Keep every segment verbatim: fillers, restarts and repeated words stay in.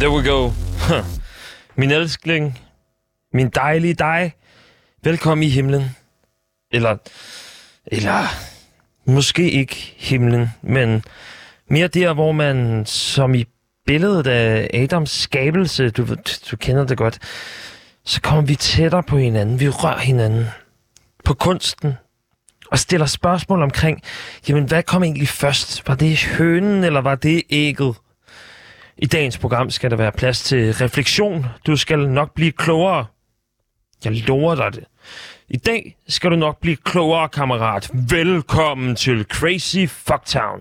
There we go. Min elskling, min dejlige dig, velkommen i himlen. Eller, eller måske ikke himlen, men mere der, hvor man, som i billedet af Adams skabelse, du, du kender det godt, så kommer vi tættere på hinanden, vi rører hinanden på kunsten, og stiller spørgsmål omkring, jamen hvad kom egentlig først? Var det hønen, eller var det ægget? I dagens program skal der være plads til refleksion. Du skal nok blive klogere. Jeg lover dig det. I dag skal du nok blive klogere, kammerat. Velkommen til Crazy Fucktown.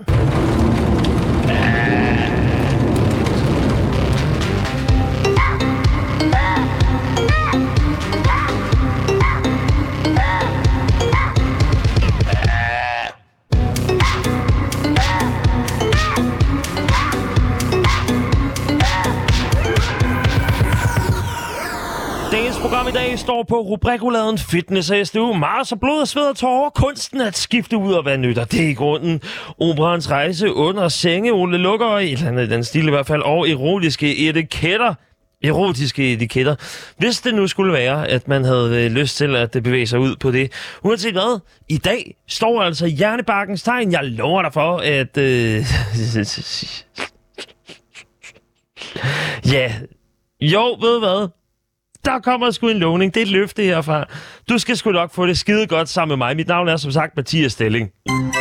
Program i dag står på rubrikuladen Fitness og S D U, Mars og blod og sved og tårer, kunsten at skifte ud og hvad nytter. Det er i grunden operans rejse under senge, Ole Lukker, et eller andet i den stil i hvert fald, og erotiske etiketter. Erotiske etiketter. Hvis det nu skulle være, at man havde lyst til at bevæge sig ud på det. Uanset hvad, i dag står altså hjernebarkens tegn. Jeg lover dig for, at... Øh... ja, jo, ved du hvad? Der kommer sgu en lovning. Det er et løfte herfra. Du skal sgu nok få det skide godt sammen med mig. Mit navn er som sagt Mathias Stelling.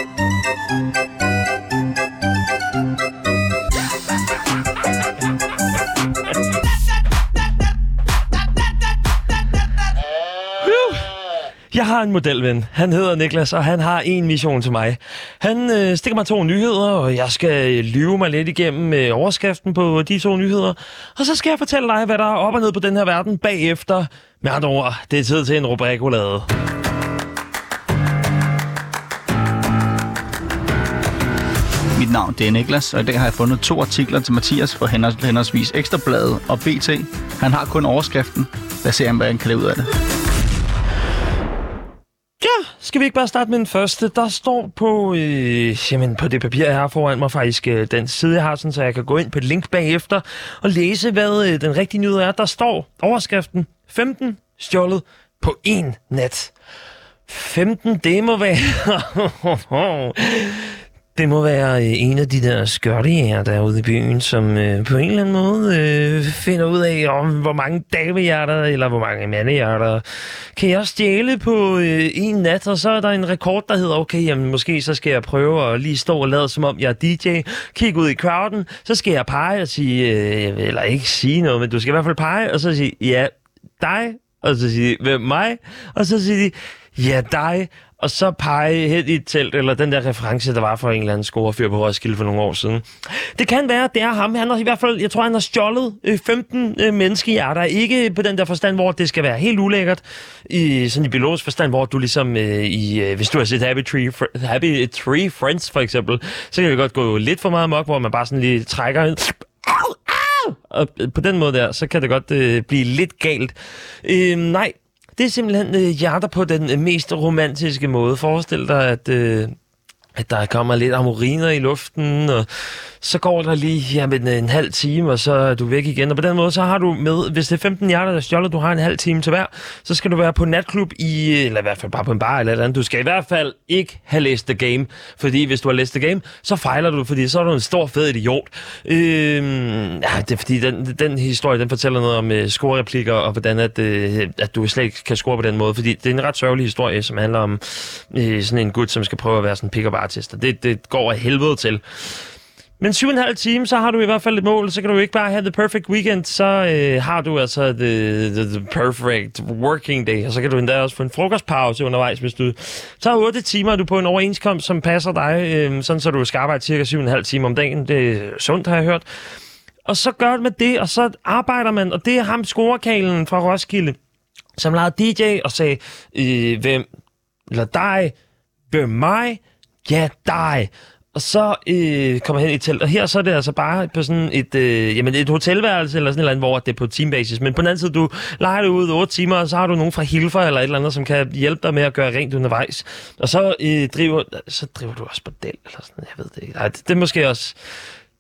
Jeg har en modelven. Han hedder Niklas, og han har en mission til mig. Han øh, stikker mig to nyheder, og jeg skal lyve mig lidt igennem med overskriften på de to nyheder. Og så skal jeg fortælle dig, hvad der er op og ned på den her verden bagefter. Med andre ord, det er tid til en rubrikulade. Mit navn det er Niklas, og i dag har jeg fundet to artikler til Mathias for henholdsvis Ekstrabladet og B T. Han har kun overskriften. Lad os se, hvad han kan lave ud af det. Ja, skal vi ikke bare starte med den første? Der står på, øh, jamen på det papir, jeg har foran mig faktisk, øh, den side, jeg har, sådan, så jeg kan gå ind på et link bagefter og læse, hvad øh, den rigtige nyhed er. Der står overskriften femten stjålet på en nat. femten, det må være... Det må være øh, en af de der skørtejæger derude i byen, som øh, på en eller anden måde øh, finder ud af, om hvor mange damehjerter eller hvor mange mandehjerter kan jeg stjæle på øh, en nat, og så er der en rekord, der hedder, okay, jamen måske så skal jeg prøve at lige stå og lade som om jeg er D J, kigge ud i crowden, så skal jeg pege og sige, øh, eller ikke sige noget, men du skal i hvert fald pege, og så sige, ja, dig, og så sige, hvem mig, og så sige de, ja, dig, og så pege hen i et telt, eller den der reference, der var for en eller anden scorefyr på Roskilde for nogle år siden. Det kan være, det er ham. Han har i hvert fald, jeg tror, han har stjålet øh, femten øh, menneskehjerter. Ikke på den der forstand, hvor det skal være helt ulækkert. I sådan i biologisk forstand, hvor du ligesom, øh, i, øh, hvis du har set Happy Tree, Fr- Happy Tree Friends for eksempel, så kan det godt gå lidt for meget amok, hvor man bare sådan lige trækker en... Au, au! Og på den måde der, så kan det godt øh, blive lidt galt. Øh, nej. Det er simpelthen øh, hjerter på den øh, mest romantiske måde. Forestil dig, at, øh, at der kommer lidt amoriner i luften, og så går der lige jamen, en halv time, og så er du væk igen. Og på den måde, så har du med, hvis det er femten hjerter, der stjålet, du har en halv time til hver, så skal du være på natklub i, eller i hvert fald bare på en bar eller et andet. Du skal i hvert fald ikke have læst The Game, fordi hvis du har læst The Game, så fejler du, fordi så er du en stor fed idiot. Øhm, ja, det er fordi, den, den historie, den fortæller noget om uh, scorereplikker, og hvordan at, uh, at du slet ikke kan score på den måde, fordi det er en ret sørgelig historie, som handler om uh, sådan en gut, som skal prøve at være sådan en pick-up artist, og det, det går af helvede til. Men syv og en halv time, så har du i hvert fald et mål, så kan du ikke bare have the perfect weekend, så øh, har du altså the, the, the perfect working day, og så kan du endda også få en frokostpause undervejs, hvis du tager otte timer, og du er på en overenskomst, som passer dig, øh, sådan så du skal arbejde cirka syv og en halv time om dagen. Det er sundt, har jeg hørt. Og så gør det med det, og så arbejder man, og det er ham scorekalen fra Roskilde, som lavede D J og sagde, øh, hvem, eller dig, hvem mig, ja dig. Og så øh, kommer hen i et telt, og her så er det altså bare på sådan et, øh, jamen et hotelværelse eller sådan et eller andet, hvor det er på teambasis. Men på den anden side, du leger det ud otte timer, og så har du nogen fra Hilfer eller et eller andet, som kan hjælpe dig med at gøre rent undervejs. Og så, øh, driver, så driver du også bordel eller sådan, jeg ved det ikke. Nej, det, det er måske også...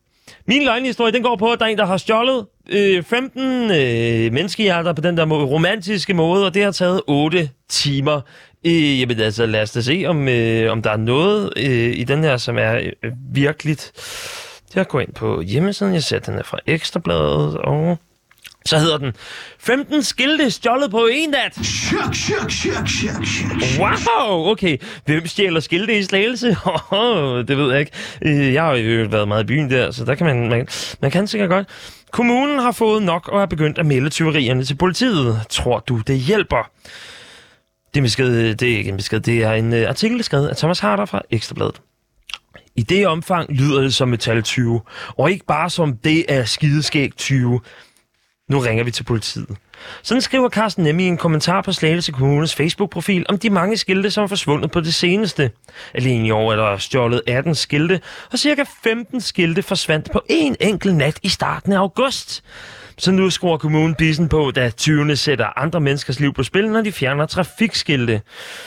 Min løgnhistorie, den går på, at der er en, der har stjålet øh, femten øh, menneskehjerter på den der må- romantiske måde, og det har taget otte timer. Øh, jamen altså, lad os da se, om, øh, om der er noget øh, i den her, som er øh, virkeligt. Jeg går ind på hjemmesiden, jeg ser, den er fra Ekstrabladet, og så hedder den femten skilte stjålet på en nat. Chuk, chuk, chuk, chuk, chuk. Wow, okay. Hvem stjæler skilte i Slagelse? Det ved jeg ikke. Øh, Jeg har jo været meget i byen der, så der kan man, man, man kan sikkert godt. Kommunen har fået nok og er begyndt at melde tyverierne til politiet. Tror du, det hjælper? Det er, besked, det er ikke en besked, det er en uh, artikel, skrevet af Thomas Harder fra Ekstrabladet. I det omfang lyder det som metal tyve, og ikke bare som det er skideskæg tyve. Nu ringer vi til politiet. Sådan skriver Carsten Nemme i en kommentar på Slagelse Kommunes Facebook-profil om de mange skilte, som er forsvundet på det seneste. Alene i år er der stjålet atten skilte, og cirka femten skilte forsvandt på en enkelt nat i starten af august. Så nu skruer kommunen bissen på, da tyvene sætter andre menneskers liv på spil, når de fjerner trafikskilte.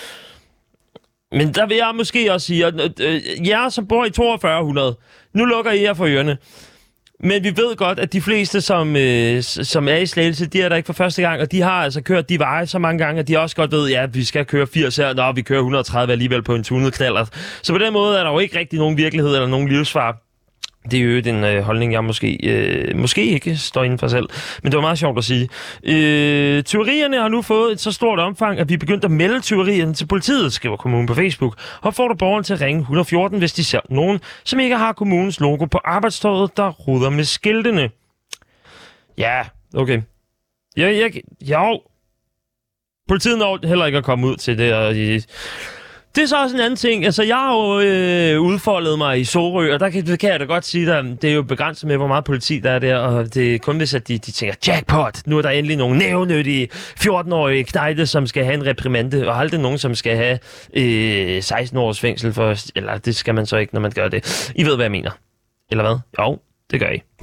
Men der vil jeg måske også sige, at øh, jer, som bor i toogfyrre hundrede, nu lukker I jer for ørerne. Men vi ved godt, at de fleste, som, øh, som er i Slagelse, de er der ikke for første gang, og de har altså kørt de veje så mange gange, at de også godt ved, ja, at vi skal køre firs her, nå, vi kører et hundrede og tredive alligevel på en tunet knallert. Så på den måde er der jo ikke rigtig nogen virkelighed eller nogen livsfar. Det er jo den øh, holdning, jeg måske, øh, måske ikke står inden for selv. Men det var meget sjovt at sige. Øh, tyverierne har nu fået et så stort omfang, at vi er begyndt at melde tyverierne til politiet, skriver kommunen på Facebook. Og får du borgeren til at ringe et hundrede og fjorten, hvis de ser nogen, som ikke har kommunens logo på arbejdstøjet, der ruder med skiltene. Ja, okay. Jeg, jeg, jo. Politiet når heller ikke at komme ud til det, og de... Det er så også en anden ting. Altså, jeg har jo øh, udfoldet mig i Sorø, og der kan, kan jeg da godt sige, at det er jo begrænset med, hvor meget politi der er der, og det er kun hvis, at de, de tænker, jackpot, nu er der endelig nogle nævnyttige fjorten-årige knejte, som skal have en reprimande, og aldrig nogen, som skal have øh, seksten års fængsel for, eller det skal man så ikke, når man gør det. I ved, hvad jeg mener. Eller hvad? Jo, det gør I.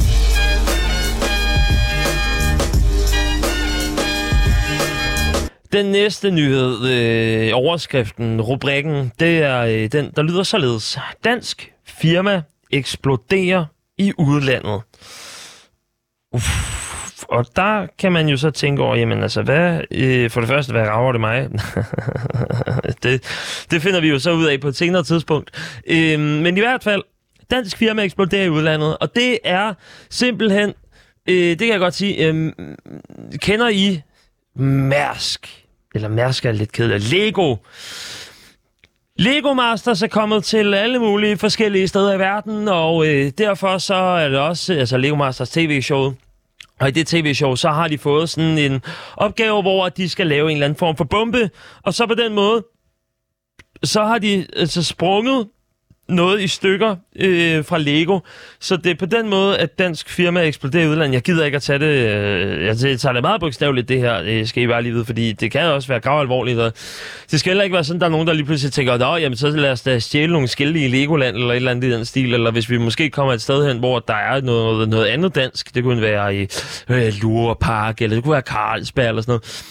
Den næste nyhed, øh, overskriften, rubrikken, det er øh, den, der lyder således. Dansk firma eksploderer i udlandet. Uff, og der kan man jo så tænke over, jamen altså, hvad, øh, for det første, hvad rager det mig? det, det finder vi jo så ud af på et senere tidspunkt. Øh, men i hvert fald, dansk firma eksploderer i udlandet, og det er simpelthen, øh, det kan jeg godt sige, øh, kender I Mærsk? Eller Mærsk er lidt kedeligt. Lego. Lego Masters er kommet til alle mulige forskellige steder i verden, og øh, derfor så er det også, altså Lego Masters tv-showet. Og i det tv-show, så har de fået sådan en opgave, hvor de skal lave en eller anden form for bombe, og så på den måde, så har de altså sprunget noget i stykker øh, fra Lego. Så det er på den måde, at dansk firma eksploderer i udlandet. Jeg gider ikke at tage det... Øh, jeg tager det meget bogstaveligt, det her, øh, skal I bare lige vide, fordi det kan også være gravalvorligt. Og det skal heller ikke være sådan, der er nogen, der lige pludselig tænker, nå, jamen så lad os da stjæle nogle skilte i Legoland, eller et eller andet i den stil, eller hvis vi måske kommer et sted hen, hvor der er noget, noget andet dansk, det kunne være i øh, Lure Park, eller det kunne være Carlsberg, eller sådan noget.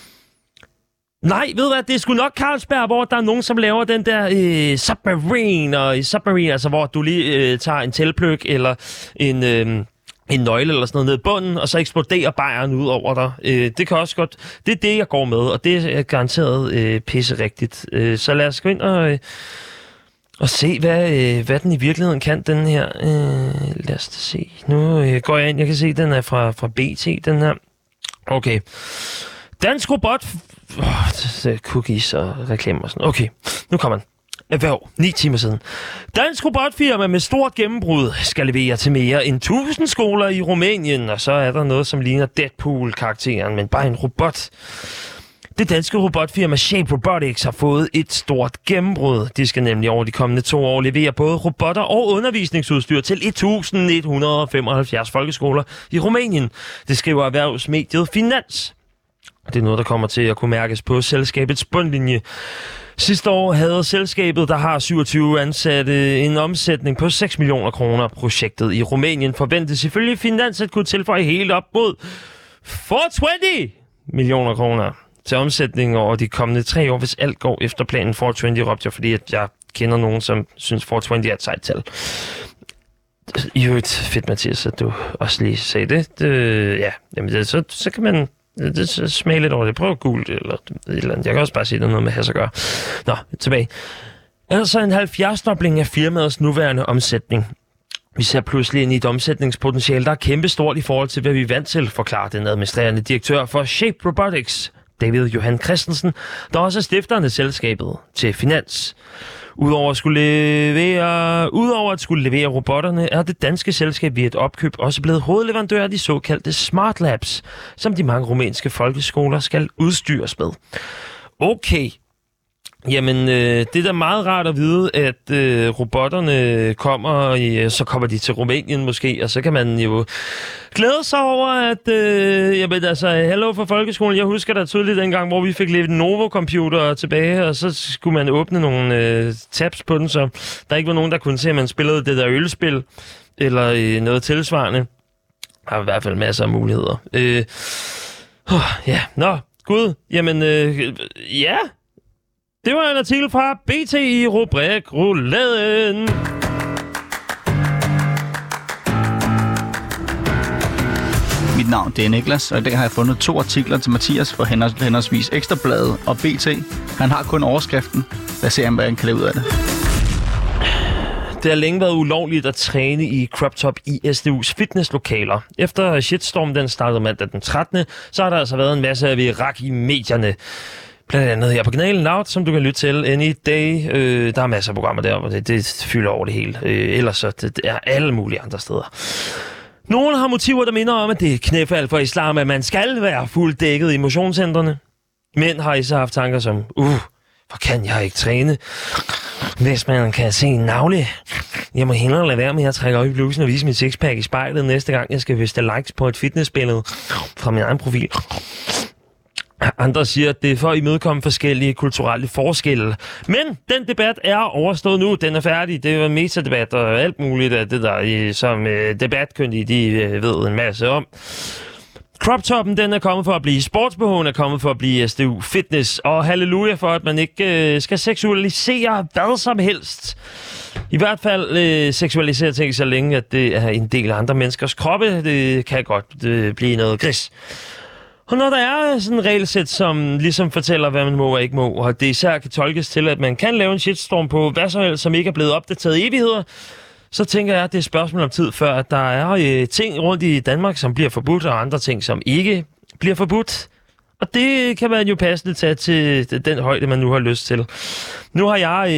Nej, ved du hvad, det er sgu nok Carlsberg, hvor der er nogen, som laver den der øh, submarine, og i submarine, altså hvor du lige øh, tager en teltpløk eller en, øh, en nøgle eller sådan noget ned i bunden, og så eksploderer bajeren ud over dig. Øh, det kan også godt, det er det, jeg går med, og det er garanteret øh, pisse rigtigt. Øh, så lad os gå ind og, øh, og se, hvad, øh, hvad den i virkeligheden kan, den her. Øh, lad os da se. Nu øh, går jeg ind, jeg kan se, den er fra, fra B T, den her. Okay. Dansk robot... Oh, cookies og reklamer og sådan. Okay, nu kommer den. Erhverv, ni timer siden. Dansk robotfirma med stort gennembrud skal levere til mere end tusind skoler i Rumænien, og så er der noget, som ligner Deadpool-karakteren, men bare en robot. Det danske robotfirma Shape Robotics har fået et stort gennembrud. De skal nemlig over de kommende to år levere både robotter og undervisningsudstyr til tusind et hundrede og femoghalvfjerds folkeskoler i Rumænien. Det skriver erhvervsmediet Finans. Det er noget, der kommer til at kunne mærkes på selskabets bundlinje. Sidste år havde selskabet, der har syvogtyve ansatte, en omsætning på seks millioner kroner. Projektet i Rumænien forventes selvfølgelig Finans at kunne tilføje helt op mod fire hundrede og tyve millioner kroner til omsætning over de kommende tre år, hvis alt går efter planen. fire hundrede og tyve råbte jeg, fordi at jeg kender nogen, som synes fire hundrede og tyve er et sejt tal. I øvrigt fedt, Mathias, at du også lige sagde det. det ja, jamen det, så, så kan man det, så smage lidt over det. Prøv gult eller et eller andet. Jeg kan også bare sige, det noget med has at gøre. Nå, tilbage. Altså en halvfjerds-dobling af firmaets nuværende omsætning. Vi ser pludselig ind i et omsætningspotentiale, der er kæmpestort i forhold til, hvad vi er vant til, forklarer den administrerende direktør for Shape Robotics, David Johan Christensen, der også er stifteren af selskabet til Finans. Udover at skulle levere, udover at skulle levere robotterne, er det danske selskab via et opkøb også blevet hovedleverandør af de såkaldte Smart Labs, som de mange rumænske folkeskoler skal udstyres med. Okay. Jamen, øh, det er da meget rart at vide, at øh, robotterne kommer, i, så kommer de til Rumænien måske, og så kan man jo glæde sig over, at, øh, jamen altså, hallo for folkeskolen, jeg husker da tydeligt dengang, hvor vi fik Lenovo-computer tilbage, og så skulle man åbne nogle øh, tabs på den, så der ikke var nogen, der kunne se, at man spillede det der ølspil, eller øh, noget tilsvarende. Der er i hvert fald masser af muligheder. Øh, oh, ja, nå, gud, jamen, øh, ja... Det var en artikel fra B T i rubrik Rouladen. Mit navn det er Niklas, og i dag har jeg fundet to artikler til Mathias for henholdsvis Ekstrabladet og B T. Han har kun overskriften. Lad os se, hvad han kan lave ud af det. Det har længe været ulovligt at træne i crop top i S D U's fitnesslokaler. Efter shitstorm den startede mandag den trettende, så har der altså været en masse af virak i medierne. Blandt andet her på kanalen Loud, som du kan lytte til any day. Øh, der er masser af programmer der, hvor det, det fylder over det hele. Øh, ellers så det, det er alle mulige andre steder. Nogle har motiver, der minder om, at det er knæfald for islam, at man skal være fuldt dækket i motionscentrene. Mænd har især haft tanker som, uh, hvor kan jeg ikke træne? Hvis man kan se en navle, jeg må hellere lade være med at trække op i blusen og vise mit sixpack i spejlet næste gang, jeg skal viste likes på et fitnessbillede fra min egen profil. Andre siger, at det er for at imødekomme forskellige kulturelle forskelle. Men den debat er overstået nu. Den er færdig. Det er en metadebat og alt muligt af det der, som debatkyndige de ved en masse om. Crop-toppen, den er kommet for at blive sportsbehoven, er kommet for at blive S D U Fitness. Og halleluja for, at man ikke skal seksualisere hvad som helst. I hvert fald øh, seksualisere ting så længe, at det er en del af andre menneskers kroppe. Det kan godt det blive noget gris. Og når der er sådan en regelsæt, som ligesom fortæller, hvad man må og ikke må, og det især kan tolkes til, at man kan lave en shitstorm på hvad som helst, som ikke er blevet opdateret i evigheder, så tænker jeg, at det er et spørgsmål om tid, før at der er øh, ting rundt i Danmark, som bliver forbudt, og andre ting, som ikke bliver forbudt. Og det kan man jo passende tage til den højde, man nu har lyst til. Nu har jeg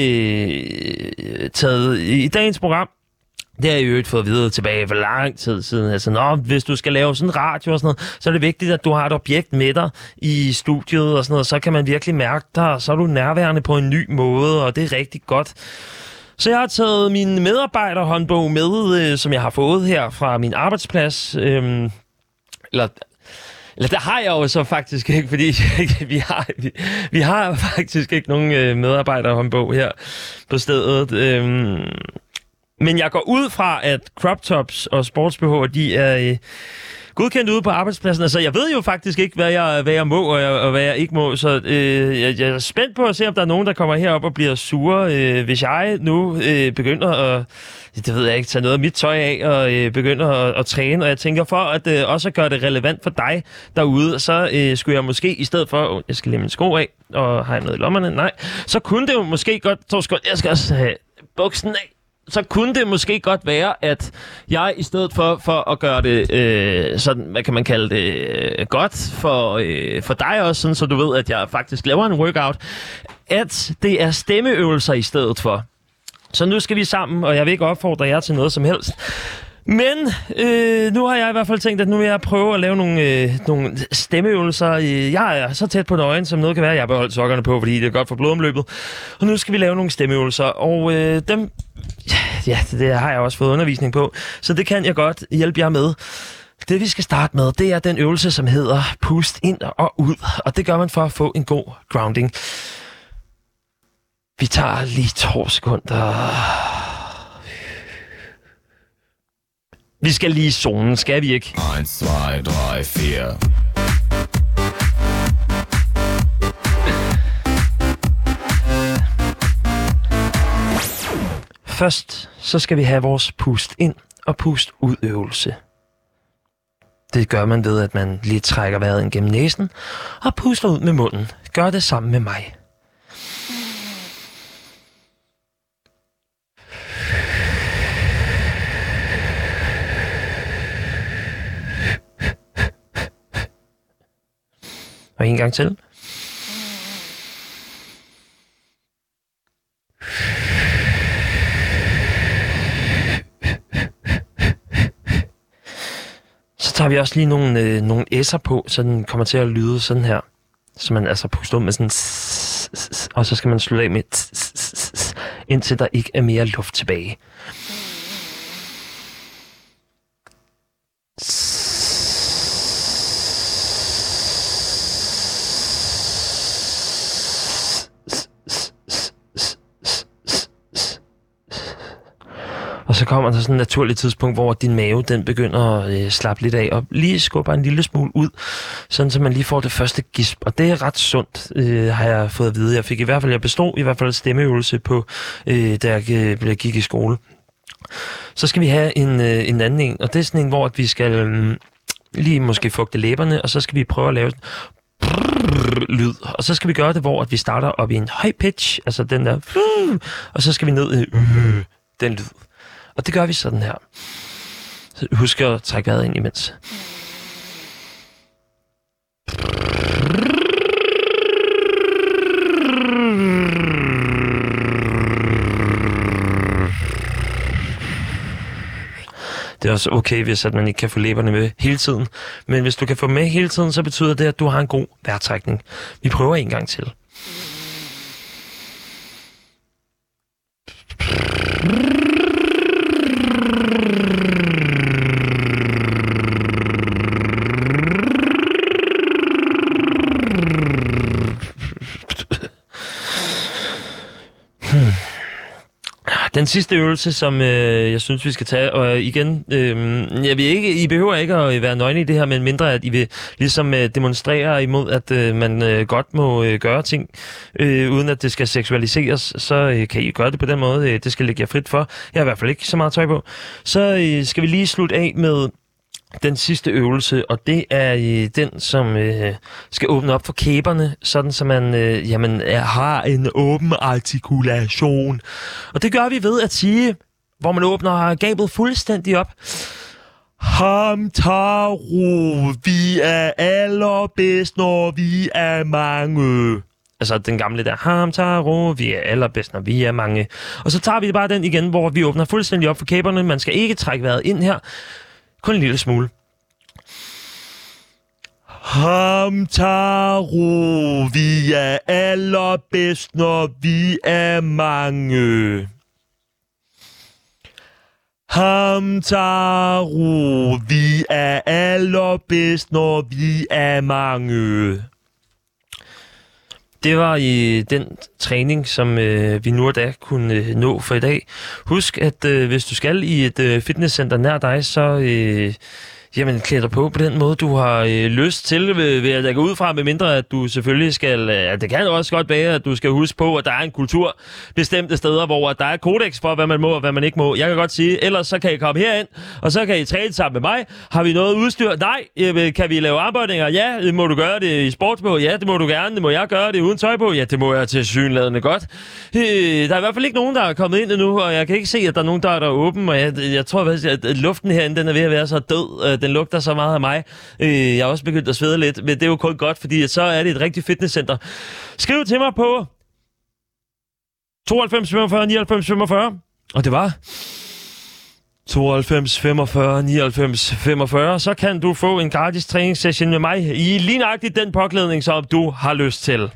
øh, taget i dagens program, det har jeg jo ikke fået videre tilbage for lang tid siden. Altså, nå, hvis du skal lave sådan en radio og sådan noget, så er det vigtigt, at du har et objekt med dig i studiet og sådan noget. Så kan man virkelig mærke dig, og så er du nærværende på en ny måde, og det er rigtig godt. Så jeg har taget min medarbejderhåndbog med, øh, som jeg har fået her fra min arbejdsplads. Øhm, eller... Eller der har jeg jo så faktisk ikke, fordi vi har, vi, vi har faktisk ikke nogen øh, medarbejderhåndbog her på stedet. Øhm, Men jeg går ud fra, at crop tops og sportsbehov, de er øh, godkendt ude på arbejdspladsen. Altså, jeg ved jo faktisk ikke, hvad jeg, hvad jeg må og, jeg, og hvad jeg ikke må. Så øh, jeg, jeg er spændt på at se, om der er nogen, der kommer herop og bliver sure. Øh, hvis jeg nu øh, begynder at, det ved jeg ikke, tage noget af mit tøj af og øh, begynder at, at træne. Og jeg tænker, for at øh, også gøre det relevant for dig derude, så øh, skulle jeg måske i stedet for, oh, jeg skal lægge min sko af, og har jeg noget i lommerne? Nej. Så kunne det jo måske godt, Torskål, jeg skal også have buksen af. Så kunne det måske godt være, at jeg i stedet for, for at gøre det øh, sådan, hvad kan man kalde det, øh, godt for, øh, for dig også, sådan, så du ved, at jeg faktisk laver en workout, at det er stemmeøvelser i stedet for. Så nu skal vi sammen, og jeg vil ikke opfordre jer til noget som helst. Men øh, nu har jeg i hvert fald tænkt, at nu vil jeg prøve at lave nogle, øh, nogle stemmeøvelser. Jeg er så tæt på nøgen, som noget kan være. Jeg har beholdt sokkerne på, fordi det er godt for blodomløbet. Og nu skal vi lave nogle stemmeøvelser, og øh, dem... Ja, det, det har jeg også fået undervisning på, så det kan jeg godt hjælpe jer med. Det vi skal starte med, det er den øvelse, som hedder pust ind og ud, og det gør man for at få en god grounding. Vi tager lige to sekunder. Vi skal lige i zonen, skal vi ikke? et, to, tre, fire. Først så skal vi have vores pust ind og pust ud øvelse. Det gør man ved, at man lige trækker vejret ind gennem næsen og puster ud med munden. Gør det sammen med mig. Og en gang til. Så tager vi også lige nogle, øh, nogle s'er på, så den kommer til at lyde sådan her. Så man altså puster ud med sådan... Og så skal man slutte af med... Indtil der ikke er mere luft tilbage. Og så kommer der sådan et naturligt tidspunkt, hvor din mave den begynder at øh, slappe lidt af, og lige skubber en lille smule ud, sådan så man lige får det første gisp. Og det er ret sundt, øh, har jeg fået at vide. Jeg fik i hvert fald, jeg bestod i hvert fald stemmeøvelse på, øh, da jeg øh, gik i skole. Så skal vi have en, øh, en anden en, og det er sådan en, hvor vi skal øh, lige måske fugte læberne, og så skal vi prøve at lave lyd. Og så skal vi gøre det, hvor at vi starter op i en høj pitch, altså den der, og så skal vi ned i øh, den lyd. Og det gør vi sådan her. Så husk at trække vejret ind imens. Det er også okay, hvis at man ikke kan få læberne med hele tiden. Men hvis du kan få med hele tiden, så betyder det, at du har en god vejrtrækning. Vi prøver en gang til. Den sidste øvelse, som øh, jeg synes, vi skal tage, og igen, øh, jeg vil ikke, I behøver ikke at være nøgne i det her, men mindre, at I vil ligesom øh, demonstrere imod, at øh, man øh, godt må øh, gøre ting, øh, uden at det skal seksualiseres, så øh, kan I gøre det på den måde. Øh, det skal ligge jer frit for. Jeg har i hvert fald ikke så meget tøj på. Så øh, skal vi lige slutte af med den sidste øvelse, og det er øh, den, som øh, skal åbne op for kæberne, sådan så man øh, jamen, er, har en åben artikulation. Og det gør vi ved at sige, hvor man åbner gabet fuldstændig op. Hamtaro, vi er allerbedst, når vi er mange. Altså den gamle der, Hamtaro, vi er allerbedst, når vi er mange. Og så tager vi bare den igen, hvor vi åbner fuldstændig op for kæberne. Man skal ikke trække vejret ind her. Kun en lille smule. Hamtaro, vi er allerbedst, når vi er mange. Hamtaro, vi er allerbedst, når vi er mange. Det var i den træning, som øh, vi nu og da kunne øh, nå for i dag. Husk, at øh, hvis du skal i et øh, fitnesscenter nær dig, så øh, jamen, klæd dig på på den måde, du har øh, lyst til, ved, ved at jeg går ud fra, med mindre at du selvfølgelig skal... Øh, det kan også godt være, at du skal huske på, at der er en kultur bestemte steder, hvor der er kodex for, hvad man må og hvad man ikke må. Jeg kan godt sige, ellers så kan I komme herind, og så kan I træne sammen med mig. Har vi noget udstyr? Nej. Øh, kan vi lave arbejdinger? Ja. Det må du gøre det i sportsbog? Ja, det må du gerne. Det må jeg gøre det uden tøj på? Ja, det må jeg til synlædende godt. Øh, der er i hvert fald ikke nogen, der er kommet ind endnu, og jeg kan ikke se, at der er nogen, der er der åben, og jeg, jeg tror faktisk, at luften herinde, den er ved at være så død. Den lugter så meget af mig. Øh, jeg har også begyndt at svede lidt, men det er jo kun godt, fordi så er det et rigtigt fitnesscenter. Skriv til mig på tooghalvfems femogfyrre nioghalvfems femogfyrre, og det var tooghalvfems femogfyrre nioghalvfems femogfyrre, så kan du få en gratis træningssession med mig i lige nøjagtigt den påklædning, som du har lyst til.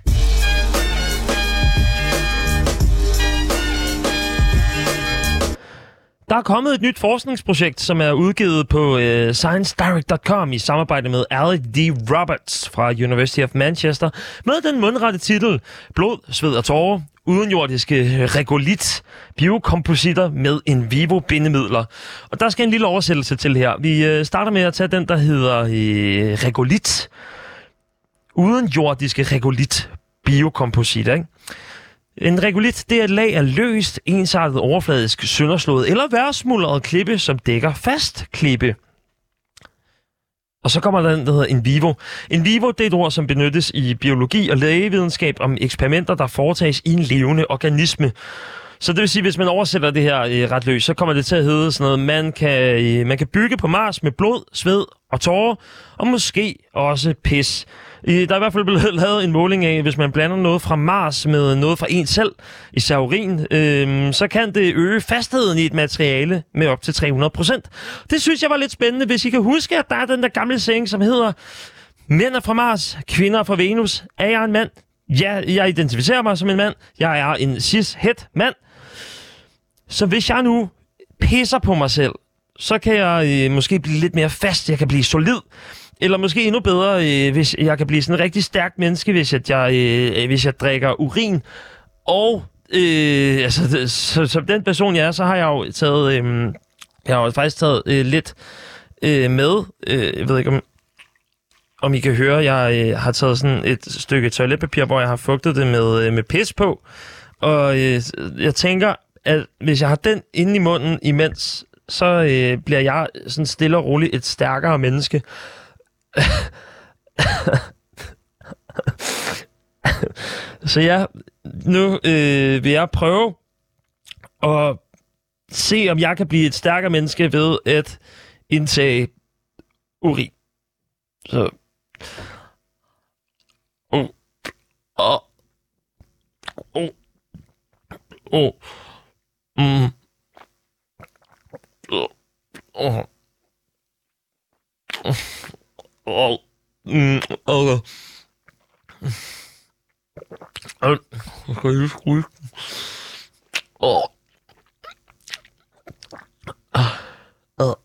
Der er kommet et nyt forskningsprojekt, som er udgivet på øh, science direct dot com i samarbejde med Alec D. Roberts fra University of Manchester med den mundrette titel Blod, sved og tårer, udenjordiske regolit, biokompositter med in vivo bindemidler. Og der skal en lille oversættelse til her. Vi øh, starter med at tage den, der hedder øh, regolit. Udenjordiske regolit, biokompositter, ikke? En regolit, det er et lag af løst, ensartet overfladisk, sønderslået eller værsmuldret klippe, som dækker fast klippe. Og så kommer der den, der hedder in vivo. In vivo, det er et ord, som benyttes i biologi og lægevidenskab om eksperimenter, der foretages i en levende organisme. Så det vil sige, hvis man oversætter det her øh, ret løst, så kommer det til at hedde sådan noget, man kan, øh, man kan bygge på Mars med blod, sved og tårer, og måske også pis. Øh, der er i hvert fald blevet lavet en måling af, hvis man blander noget fra Mars med noget fra en selv, især urin, øh, så kan det øge fastheden i et materiale med op til tre hundrede procent. Det synes jeg var lidt spændende, hvis I kan huske, at der er den der gamle saying, som hedder, mænd er fra Mars, kvinder er fra Venus. Er jeg en mand? Ja, jeg identificerer mig som en mand. Jeg er en cis-het mand. Så hvis jeg nu pisser på mig selv, så kan jeg øh, måske blive lidt mere fast, jeg kan blive solid. Eller måske endnu bedre, øh, hvis jeg kan blive sådan en rigtig stærk menneske, hvis, at jeg, øh, hvis jeg drikker urin. Og øh, altså, så, som den person jeg er, så har jeg jo taget, øh, jeg har jo faktisk taget øh, lidt øh, med. Øh, jeg ved ikke, om, om I kan høre, jeg øh, har taget sådan et stykke toiletpapir, hvor jeg har fugtet det med, øh, med pis på. Og øh, jeg tænker, at hvis jeg har den inde i munden imens, så øh, bliver jeg sådan stille og roligt et stærkere menneske. Så ja, nu øh, vil jeg prøve at se, om jeg kan blive et stærkere menneske ved at indtage urin. Så... Oh. Oh. Oh. Oh. Mm. Oh. Oh. Oh. Mm. Okay. Oh. Kan jeg skrive? Oh. Oh.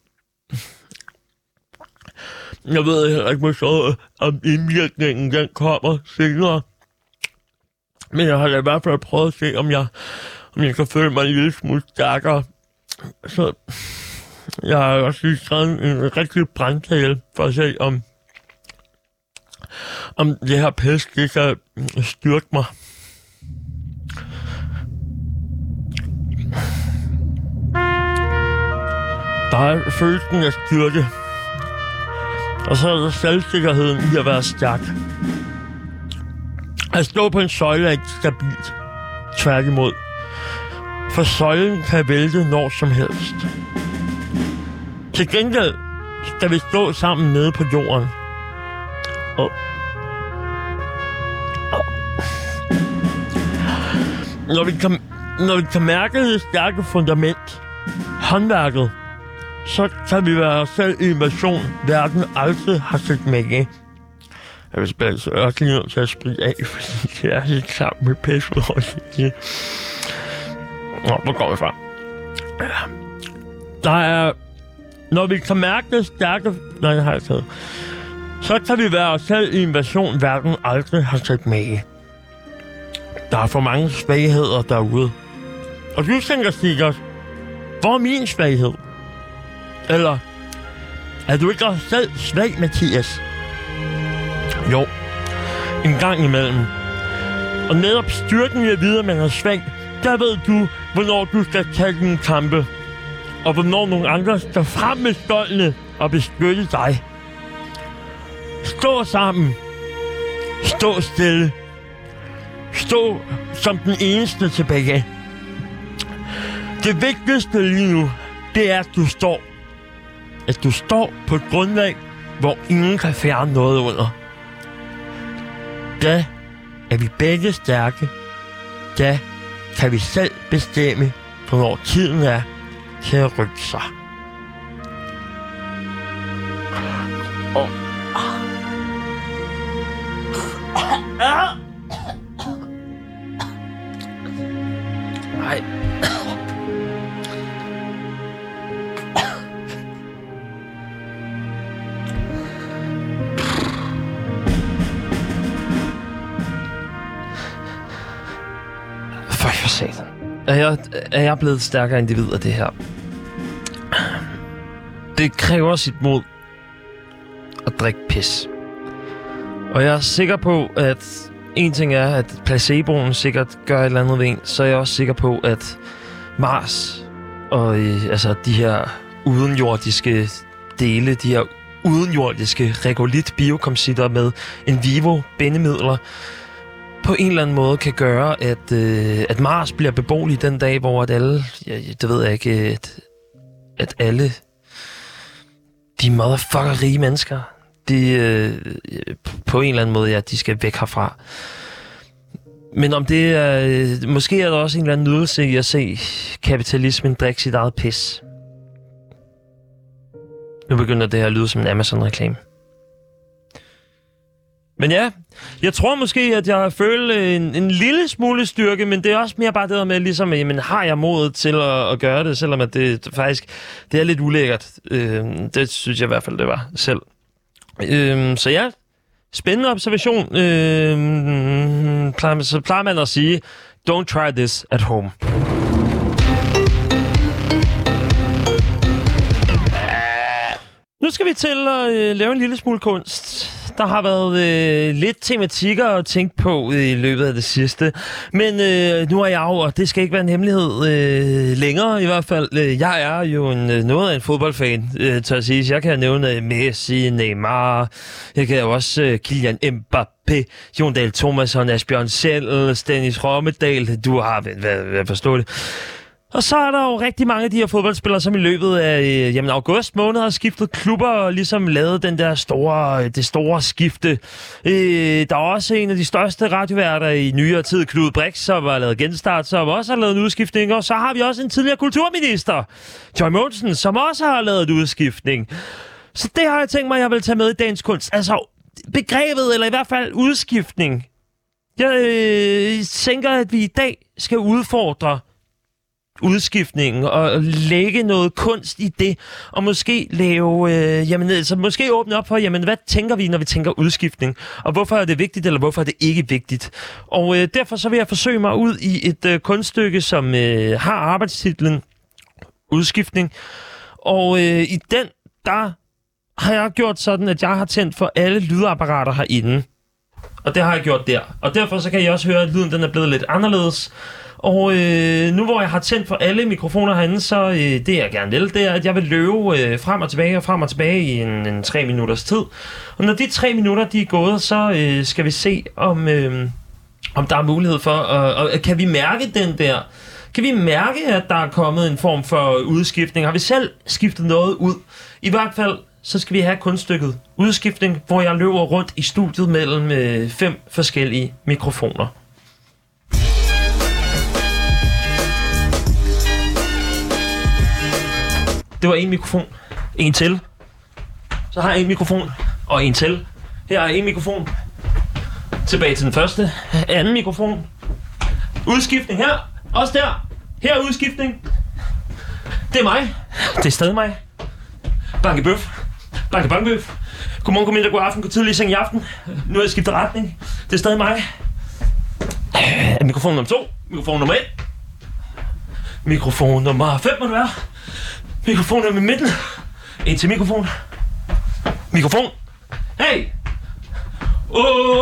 Jeg ved heller ikke, så, om indvirkningen den kommer senere. Men jeg har da i hvert fald prøvet at se, om jeg, om jeg kan føle mig en lille smule stærkere. Så jeg har også lige skrevet en rigtig brandtale for at se, om, om det her pest, det kan styrke mig. Der er følelsen af styrke. Og så er der selvsikkerheden i at være stærk. At stå på en søjle er ikke stabilt. Tværtimod. For søjlen kan vælte når som helst. Til gengæld skal vi stå sammen nede på jorden. Og... Og... Når vi kan, når vi kan mærke det stærke fundament, håndværket, så kan vi være os selv i en version, verden aldrig har set med. Jeg vil spille så også lige nødt til at spritte af, fordi det er helt sammen med pæs ud over det. Nå, hvor går vi fra? Der er... Når vi kan mærke det stærke... Nej, det har jeg taget. Så kan vi være os selv i en version, verden aldrig har set med. Der er for mange svagheder derude. Og du tænker sikkert, hvor er min svaghed? Eller, er du ikke også selv svag, Mathias? Jo, en gang imellem. Og netop styrken i at vide, at man er svag, der ved du, hvornår du skal tage dine kampe. Og hvornår nogle andre skal frem med stolene og beskytte dig. Stå sammen. Stå stille. Stå som den eneste tilbage. Det vigtigste lige nu, det er, at du står. At du står på et grundlag, hvor ingen kan fjerne noget under. Da er vi begge stærke. Da kan vi selv bestemme, hvornår tiden er til at rykke sig. Oh. Nej. For for satan. Er jeg, er jeg blevet stærkere individ af det her? Det kræver sit mod at drikke pis. Og jeg er sikker på, at en ting er, at placeboen sikkert gør et eller andet ved en, så er jeg også sikker på, at Mars og øh, altså de her udenjordiske dele, de her udenjordiske regolith-biokomsitter med in vivo bindemidler, på en eller anden måde kan gøre, at, øh, at Mars bliver beboelig den dag, hvor at alle, ja, det ved jeg ikke, at, at alle de motherfucker rige mennesker, de øh, på en eller anden måde, ja, de skal væk herfra. Men om det er, øh, måske er der også en eller anden nydelse i at se kapitalismen drikke sit eget pis. Nu begynder det her at lyde som en Amazon-reklame. Men ja, jeg tror måske, at jeg føler en, en lille smule styrke, men det er også mere bare det der med, ligesom, jamen, har jeg modet til at, at gøre det, selvom at det faktisk det er lidt ulækkert. Øh, det synes jeg i hvert fald, det var selv. Øh, så ja, spændende observation. Øh, plejer, så plejer man at sige, don't try this at home. Nu skal vi til at øh, lave en lille smule kunst. Der har været øh, lidt tematikker at tænke på øh, i løbet af det sidste. Men øh, nu er jeg jo, og det skal ikke være en hemmelighed øh, længere i hvert fald. Jeg er jo en, noget af en fodboldfan, øh, tør at sige. Jeg kan nævne Messi, Neymar, jeg kan også øh, Kylian Mbappé, Jon Dahl Tomasson, Asbjørn Selv, Dennis Rommedal. Du har, hvad, hvad forstår det? Og så er der jo rigtig mange af de her fodboldspillere, som i løbet af øh, jamen, august måned har skiftet klubber og ligesom lavet den der store, det store skifte. Øh, der er også en af de største radioværter i nyere tid, Knud Brix, som har lavet genstart, som også har lavet en udskiftning. Og så har vi også en tidligere kulturminister, Joy Mogensen, som også har lavet en udskiftning. Så det har jeg tænkt mig, at jeg vil tage med i dagens kunst. Altså begrebet, eller i hvert fald udskiftning. Jeg øh, tænker, at vi i dag skal udfordre udskiftningen og lægge noget kunst i det, og måske lave, øh, jamen, altså måske åbne op for, jamen, hvad tænker vi, når vi tænker udskiftning, og hvorfor er det vigtigt, eller hvorfor er det ikke vigtigt. Og øh, derfor så vil jeg forsøge mig ud i et øh, kunststykke, som øh, har arbejdstitlen Udskiftning, og øh, i den, der har jeg gjort sådan, at jeg har tændt for alle lydapparater herinde, og det har jeg gjort der, og derfor så kan I også høre, at lyden den er blevet lidt anderledes. Og øh, nu hvor jeg har tændt for alle mikrofoner herinde, så øh, det jeg gerne vil, det er, at jeg vil løbe øh, frem og tilbage og frem og tilbage i en, en tre minutters tid. Og når de tre minutter de er gået, så øh, skal vi se, om, øh, om der er mulighed for, og, og kan vi mærke den der, kan vi mærke, at der er kommet en form for udskiftning? Har vi selv skiftet noget ud? I hvert fald, så skal vi have kunststykket Udskiftning, hvor jeg løber rundt i studiet mellem øh, fem forskellige mikrofoner. Det var en mikrofon. En til. Så har jeg en mikrofon. Og en til. Her er en mikrofon. Tilbage til den første. Anden mikrofon. Udskiftning her. Også der. Her er udskiftning. Det er mig. Det er stadig mig. Banke bøf. Banke bankbøf. Godmorgen, god middag, god aften, god tidlig seng i aften. Nu har jeg skiftet retning. Det er stadig mig. Mikrofon nummer to. Mikrofon nummer et. Mikrofon nummer fem må det være. Mikrofon er i midten. En til mikrofon. Mikrofon. Hey! Oh!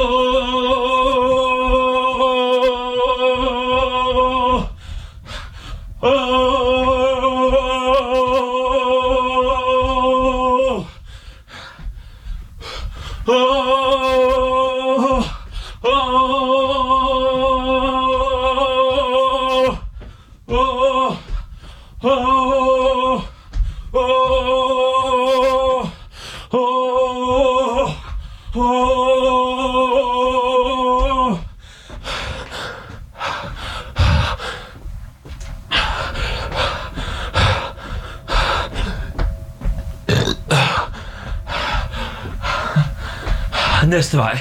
Næste vej.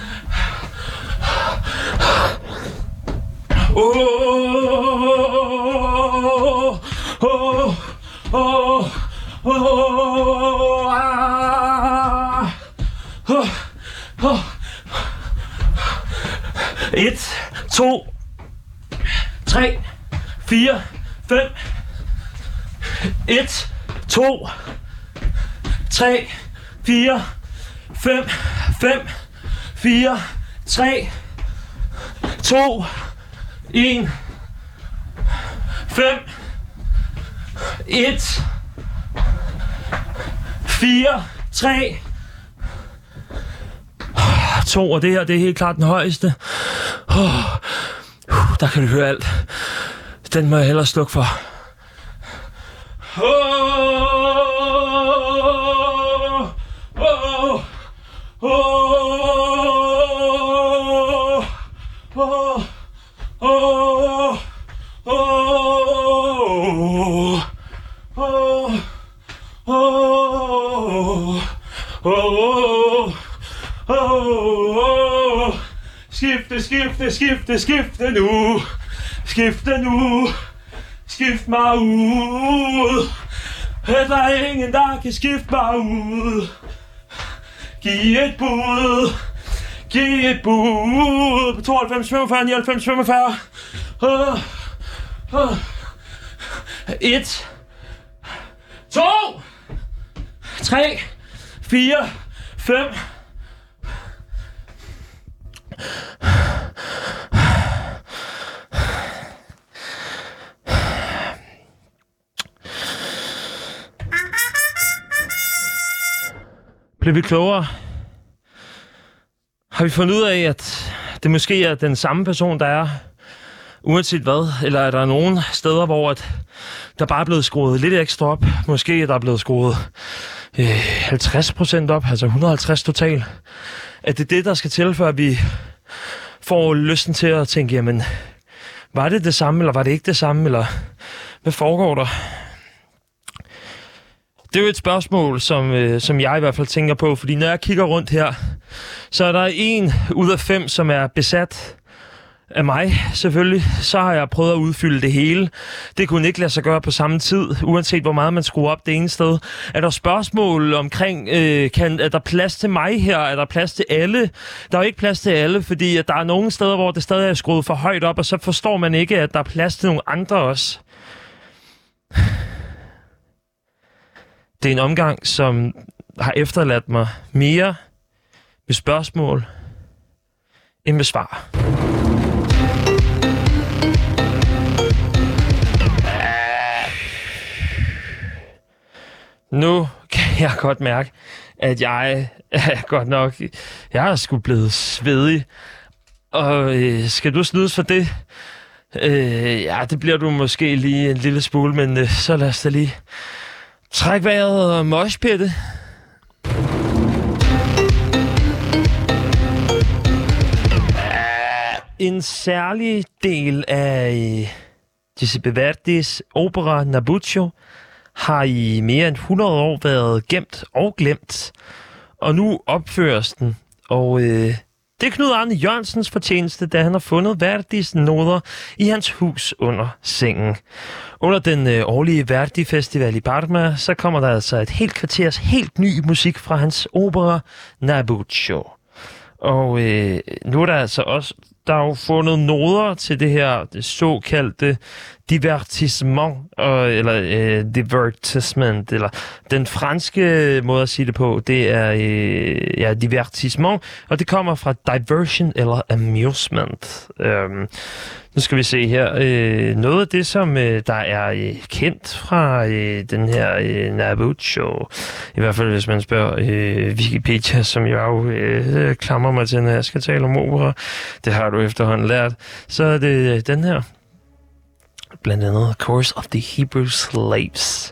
Oh, oh, oh, oh, ah, oh, oh. Et, to, tre, fire, fem. Et, to, tre, fire, fem. Fem, fire, tre, to, en, fem, et, fire, tre, to, og det her, det er helt klart den højeste. Uh, der kan du høre alt. Den må jeg hellere slukke for. Oh, oh, oh, oh, oh, oh, oh, oh, oh, skifte, skifte, skifte, skifte nu. Skifte nu. Skift mig ud. Der er ingen, der kan skifte mig ud. Giv et bud. Giv et bud. På tooghalvfems femogfyrre nioghalvfems femogfyrre. Uh, uh. Et. To. Tre. Fire. Fem. Blev vi klogere? Har vi fundet ud af, at det måske er den samme person, der er, uanset hvad? Eller er der nogen steder, hvor at der bare er blevet skruet lidt ekstra op? Måske er der blevet skruet øh, halvtreds procent op, altså et hundrede og halvtreds total. Er det det, der skal til, før vi får lysten til at tænke, jamen, var det det samme, eller var det ikke det samme, eller hvad foregår der? Det er jo et spørgsmål, som, øh, som jeg i hvert fald tænker på, fordi når jeg kigger rundt her, så er der en ud af fem, som er besat af mig, selvfølgelig. Så har jeg prøvet at udfylde det hele. Det kunne ikke lade sig gøre på samme tid, uanset hvor meget man skruer op det ene sted. Er der spørgsmål omkring, øh, kan, er der plads til mig her? Er der plads til alle? Der er jo ikke plads til alle, fordi at der er nogle steder, hvor det stadig er skruet for højt op, og så forstår man ikke, at der er plads til nogle andre også. Det er en omgang, som har efterladt mig mere med spørgsmål end med svar. Nu kan jeg godt mærke, at jeg er godt nok... Jeg er sgu blevet svedig. Og øh, skal du snydes for det? Øh, ja, det bliver du måske lige en lille smule, men øh, så lad os da lige... Træk vejret og moshpitte. En særlig del af Giuseppe Verdis opera Nabucco har i mere end hundrede år været gemt og glemt, og nu opføres den. Og øh, det er Knud Arne Jørgensens fortjeneste, da han har fundet Verdis noder i hans hus under sengen. Under den øh, årlige Verdi Festival i Parma, så kommer der altså et helt kvarters helt ny musik fra hans opera Nabucco. Og øh, nu er der altså også der er jo fundet noder til det her det såkaldte divertissement, eller øh, divertissement, eller den franske måde at sige det på, det er øh, ja, divertissement, og det kommer fra diversion eller amusement. Øhm, nu skal vi se her. Øh, noget af det, som øh, der er øh, kendt fra øh, den her øh, Nabucco, i hvert fald hvis man spørger øh, Wikipedia, som jeg jo øh, klamrer mig til, når jeg skal tale om opera, det har du efterhånden lært, så er det øh, den her. Blandt andet Chorus of the Hebrew Slaves.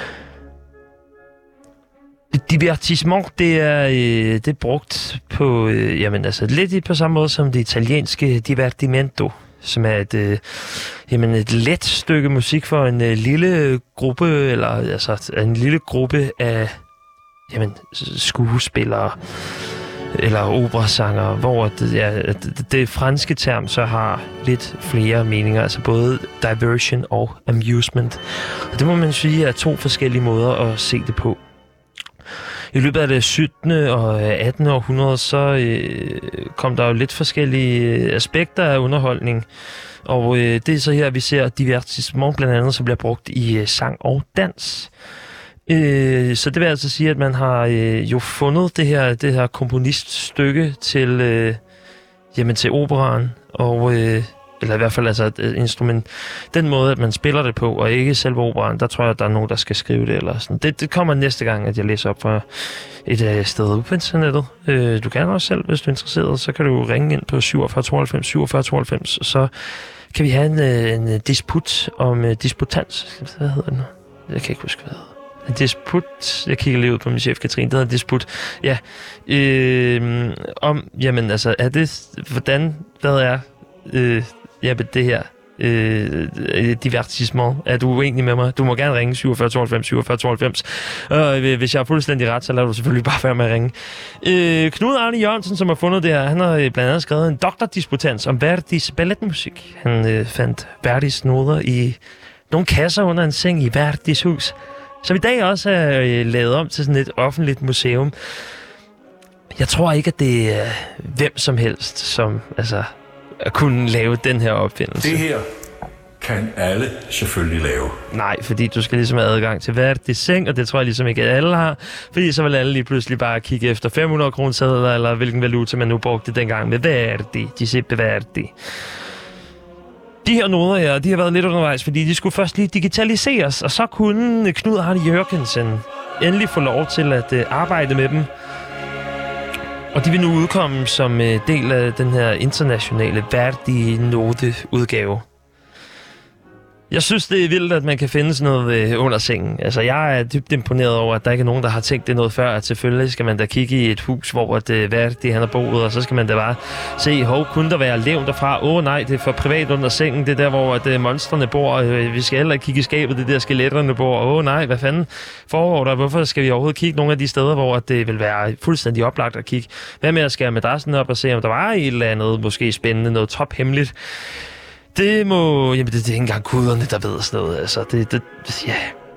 Divertissement, det er, øh, det er brugt på, øh, jamen altså lidt på samme måde som det italienske divertimento, som er et, øh, jamen et let stykke musik for en øh, lille gruppe, eller altså en lille gruppe af, jamen, skuespillere eller operasanger, hvor det, ja, det, det franske term så har lidt flere meninger, altså både diversion og amusement. Og det må man sige er to forskellige måder at se det på. I løbet af det syttende og attende århundrede, så øh, kom der jo lidt forskellige aspekter af underholdning. Og øh, det er så her, vi ser divertissement blandt andet, som bliver brugt i øh, sang og dans. Øh, så det vil altså sige, at man har øh, jo fundet det her, det her komponiststykke til, øh, jamen til operaen, og... Øh, eller i hvert fald altså et instrument. Den måde, at man spiller det på, og ikke selve operaen, der tror jeg, at der er nogen, der skal skrive det. Eller sådan. Det, det kommer næste gang, at jeg læser op fra et uh, sted ude på internettet. Uh, du kan også selv, hvis du er interesseret, så kan du ringe ind på syvogfyrre tooghalvfems syvogfyrre tooghalvfems, så kan vi have en, uh, en disput om uh, disputans. Hvad hedder det nu? Jeg kan ikke huske, hvad det hedder. En disput. Jeg kigger lige ud på min chef, Katrine. Det hedder en disput. Ja. Øh, om, jamen altså, er det, hvordan, hvad er... Øh, Ja, men det her øh, divertissement. Er du uenig med mig? Du må gerne ringe syvogfyrre tooghalvfems syvogfyrre tooghalvfems. Og øh, hvis jeg er fuldstændig ret, så lader du selvfølgelig bare være med at ringe. Øh, Knud Arne Jørgensen, som har fundet det her, han har blandt andet skrevet en doktordisputans om Verdis balletmusik. Han øh, fandt Verdis noder i nogle kasser under en seng i Verdis hus, som i dag også er øh, lavet om til sådan et offentligt museum. Jeg tror ikke, at det er hvem som helst, som altså... at kunne lave den her opfindelse. Det her kan alle selvfølgelig lave. Nej, fordi du skal ligesom have adgang til Verdis seng, og det tror jeg ligesom ikke, at alle har. Fordi så vil alle lige pludselig bare kigge efter fem hundrede kroner sedler, eller hvilken valuta man nu brugte dengang med Verdi. Giuseppe Verdi. De her noder her, de har været lidt undervejs, fordi de skulle først lige digitaliseres, og så kunne Knud Arne Jørgensen endelig få lov til at uh, arbejde med dem. Og de vil nu udkomme som øh, del af den her internationale Verdi-note-udgave. Jeg synes, det er vildt, at man kan finde sådan noget øh, under sengen. Altså, jeg er dybt imponeret over, at der ikke er nogen, der har tænkt det noget før. At selvfølgelig skal man da kigge i et hus, hvor at, øh, Verdi han har boet, og så skal man da bare se, hov, kunne der være levn derfra? Åh oh, nej, det er for privat under sengen. Det er der, hvor at, øh, monstrene bor. Øh, vi skal heller ikke kigge i skabet, det er der skeletterne bor. Åh oh, nej, hvad fanden foregår der? Hvorfor skal vi overhovedet kigge nogle af de steder, hvor at det vil være fuldstændig oplagt at kigge? Hvad med at skære madrassen op og se, om der var et eller andet måske spændende, noget tophemmeligt? Det må... Jamen, det, det er ikke engang guderne, der ved sådan noget. Altså, det... det ja.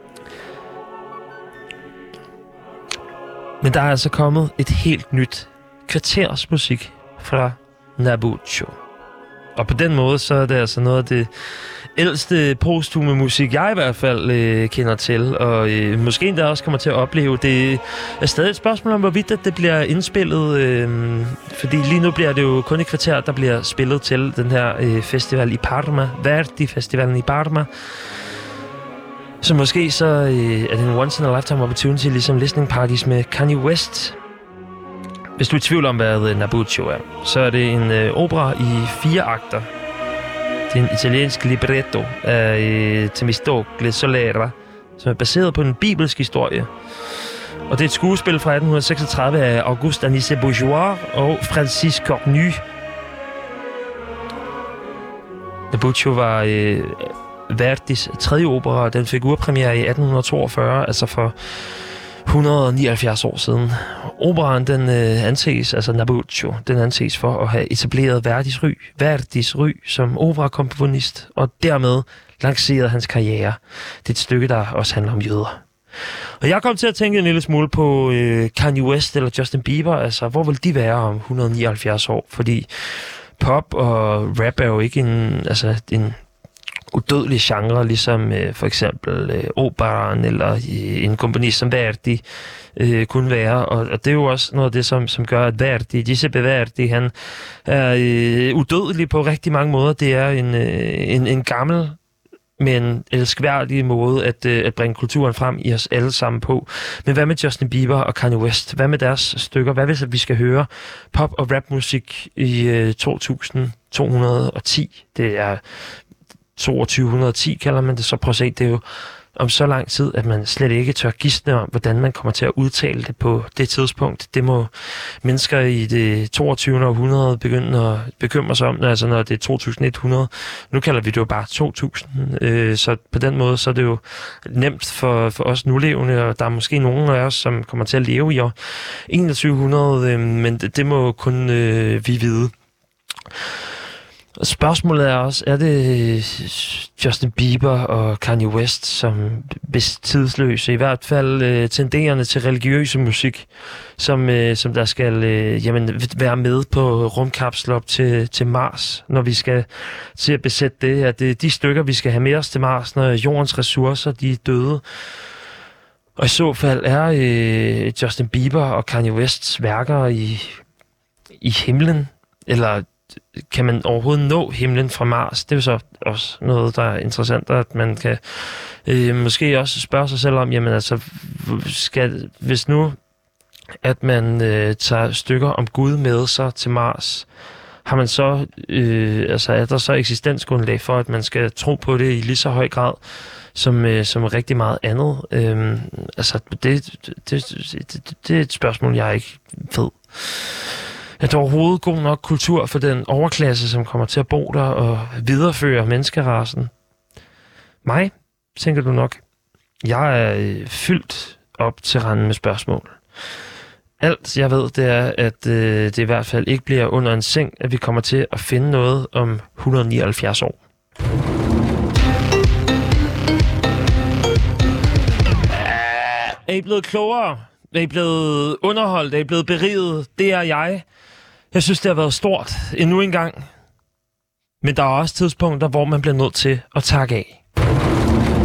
Men der er altså kommet et helt nyt kvarters musik fra Nabucco. Og på den måde, så er det altså noget af det ældste posthume musik, jeg i hvert fald øh, kender til. Og øh, måske endda også kommer til at opleve. Det er stadig et spørgsmål om, hvorvidt det bliver indspillet. Øh, fordi lige nu bliver det jo kun et kvarter, der bliver spillet til den her øh, festival i Parma. Verdi-festivalen i Parma. Så måske så øh, er det en once-in-a-lifetime opportunity, ligesom listening parties med Kanye West. Hvis du er i tvivl om, hvad Nabucco er, så er det en øh, opera i fire akter. Det er en italiensk libretto af øh, Temistocle Solera, som er baseret på en bibelsk historie. Og det er et skuespil fra atten seksogtredive af Auguste Anisse Bourgeois og Francis Cornu. Nabucco var øh, Verdis tredje opera, og den fik urpremiere i atten toogfyrre, altså for et hundrede og nioghalvfjerds år siden. Operaen, den øh, anses, altså Nabucco, den anses for at have etableret Verdis ry, Verdis ry som operakomponist, og dermed lanceret hans karriere. Det er et stykke, der også handler om jøder. Og jeg kom til at tænke en lille smule på øh, Kanye West eller Justin Bieber, altså hvor vil de være om et hundrede og nioghalvfjerds år? Fordi pop og rap er jo ikke en, altså en udødelig genre, ligesom øh, for eksempel øh, operaen eller øh, en komponist som Verdi øh, kunne være. Og, og det er jo også noget af det, som, som gør, at Verdi, Giuseppe Verdi, han er øh, udødelig på rigtig mange måder. Det er en, øh, en, en gammel, men elskværdig måde at, øh, at bringe kulturen frem i os alle sammen på. Men hvad med Justin Bieber og Kanye West? Hvad med deres stykker? Hvad hvis vi skal høre pop- og rapmusik i øh, to tusind to hundrede og ti? Det er toogtyve hundrede og ti kalder man det, så prøv at se, det er jo om så lang tid, at man slet ikke tør gisne om, hvordan man kommer til at udtale det på det tidspunkt. Det må mennesker i det toogtyvende århundrede begynde at bekymre sig om, altså når det er to tusind et hundrede. Nu kalder vi det jo bare to tusind, øh, så på den måde, så er det jo nemt for, for os nulevende, og der er måske nogen af os, som kommer til at leve i år enogtyve hundrede, øh, men det, det må kun øh, vi vide. Spørgsmålet er også, er det Justin Bieber og Kanye West, som bedst tidsløse, i hvert fald øh, tenderende til religiøse musik, som, øh, som der skal øh, jamen, være med på rumkapsler op til, til Mars, når vi skal til at besætte det. At det er de stykker, vi skal have med os til Mars, når jordens ressourcer de er døde. Og i så fald er øh, Justin Bieber og Kanye Wests værker i, i himlen, eller kan man overhovedet nå himlen fra Mars? Det er jo så også noget, der er interessant, at man kan øh, måske også spørge sig selv om, jamen altså, skal, hvis nu, at man øh, tager stykker om Gud med sig til Mars, har man så, øh, altså er der så eksistensgrundlag for, at man skal tro på det i lige så høj grad, som, øh, som rigtig meget andet? Øh, altså, det, det, det, det, det er et spørgsmål, jeg ikke ved. Er der overhovedet god nok kultur for den overklasse, som kommer til at bo der og videreføre menneskerasen? Mig, tænker du nok. Jeg er øh, fyldt op til randen med spørgsmål. Alt jeg ved, det er, at øh, det i hvert fald ikke bliver under en seng, at vi kommer til at finde noget om et hundrede og nioghalvfjerds år. Er I blevet klogere? Er I blevet underholdt? Er I blevet beriget? Det er jeg. Jeg synes, det har været stort endnu en gang. Men der er også tidspunkter, hvor man bliver nødt til at takke af.